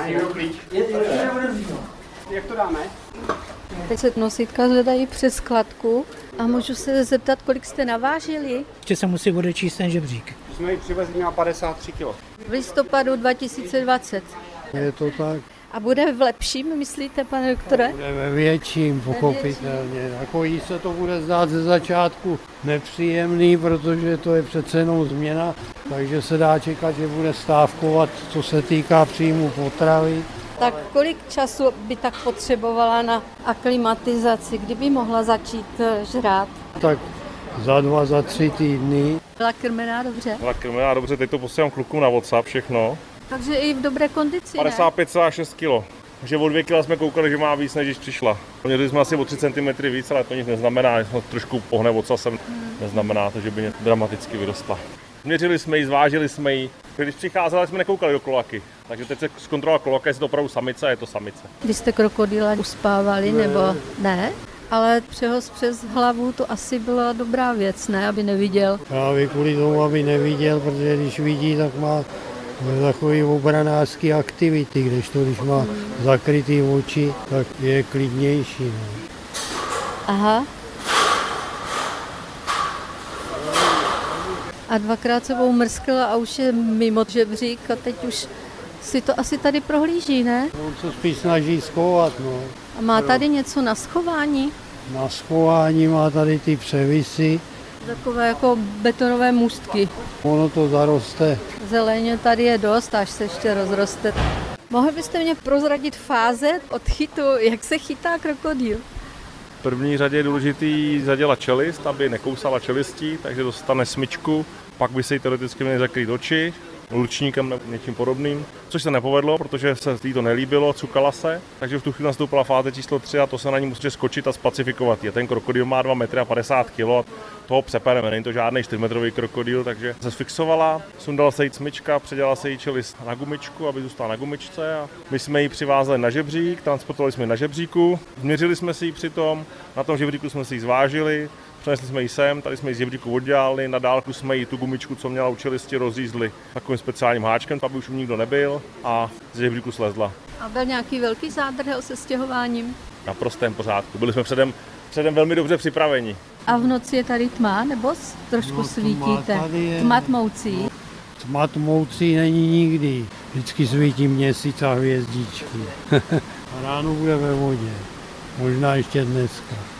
Jak to dáme? Teď se nositka hledají přes skladku a můžu se zeptat, kolik jste navážili? Ještě se musí odečíst ten žebřík. Jsme ji přivezli na 53 kg. V listopadu 2020. Je to tak. A bude v lepším, myslíte, pane doktore? Bude ve větším, pochopitelně. Jako jí se to bude zdát ze začátku nepříjemný, protože to je přece jenom změna, takže se dá čekat, že bude stávkovat, co se týká příjmu potravy. Tak kolik času by tak potřebovala na aklimatizaci, kdyby mohla začít žrát? Tak za 2, za 3 týdny. Byla krmená dobře. Byla krmená dobře, teď to posílám klukům na WhatsApp všechno. Takže i v dobré kondici, 55,6 kg. Takže o 2 kg jsme koukali, že má víc, než když přišla. Měli jsme asi o 3 cm víc, ale to nic neznamená, že jsme trošku pohne ocasem. Neznamená to, že by dramaticky vyrostla. Měřili jsme ji, zvážili jsme ji. Když přicházela, jsme nekoukali do kolaky. Takže teď se zkontrolovala kolaka, jestli to opravdu samice a je to samice. Když jste krokodýla uspávali, nebo ne? Ale přehoz přes hlavu to asi byla dobrá věc, ne? Aby neviděl. Právě kvůli tomu, aby neviděl, protože když vidí, tak má takový obranářský aktivity, kdežto když má zakrytý oči, tak je klidnější. No. Aha. A dvakrát sebou mrskla a už je mimo žebřík a teď už si to asi tady prohlíží, ne? On se spíš snaží schovat, no. A má tady něco na schování? Na schování má tady ty převisy. Takové jako betonové můstky. Ono to zaroste. Zeleně tady je dost, až se ještě rozroste. Mohl byste mě prozradit fáze od chytu, jak se chytá krokodýl? V první řadě je důležitý zadělat čelist, aby nekousala čelistí, takže dostane smyčku. Pak by se jí teoreticky měly zakrýt oči, lučníkem nebo něčím podobným, což se nepovedlo, protože se jí to nelíbilo, cukala se, takže v tu chvíli nastoupila fáze číslo 3 a to se na ní musí skočit a spacifikovat. Ten krokodýl má 2,50 m a toho přepereme, není to žádný 4metrový krokodýl, takže se sfixovala, sundala se jí smyčka, předělala se jí čelist na gumičku, aby zůstala na gumičce a my jsme ji přivázali na žebřík, transportovali jsme ji na žebříku, změřili jsme si ji přitom, na tom žebříku jsme si ji zvážili, přinesli jsme ji sem, tady jsme ji z žebříku oddělali, na dálku jsme ji tu gumičku, co měla u čelisti, rozřízli takovým speciálním háčkem, aby už nikdo nebyl a z žebříku slezla. A byl nějaký velký zádrhel se stěhováním? Na prostém pořádku. Byli jsme předem velmi dobře připraveni. A v noci je tady tma, nebo trošku svítíte? Tma tmoucí? Tma tmoucí není nikdy. Vždycky svítí měsíc a hvězdičky. A ráno bude ve vodě. Možná ještě dneska.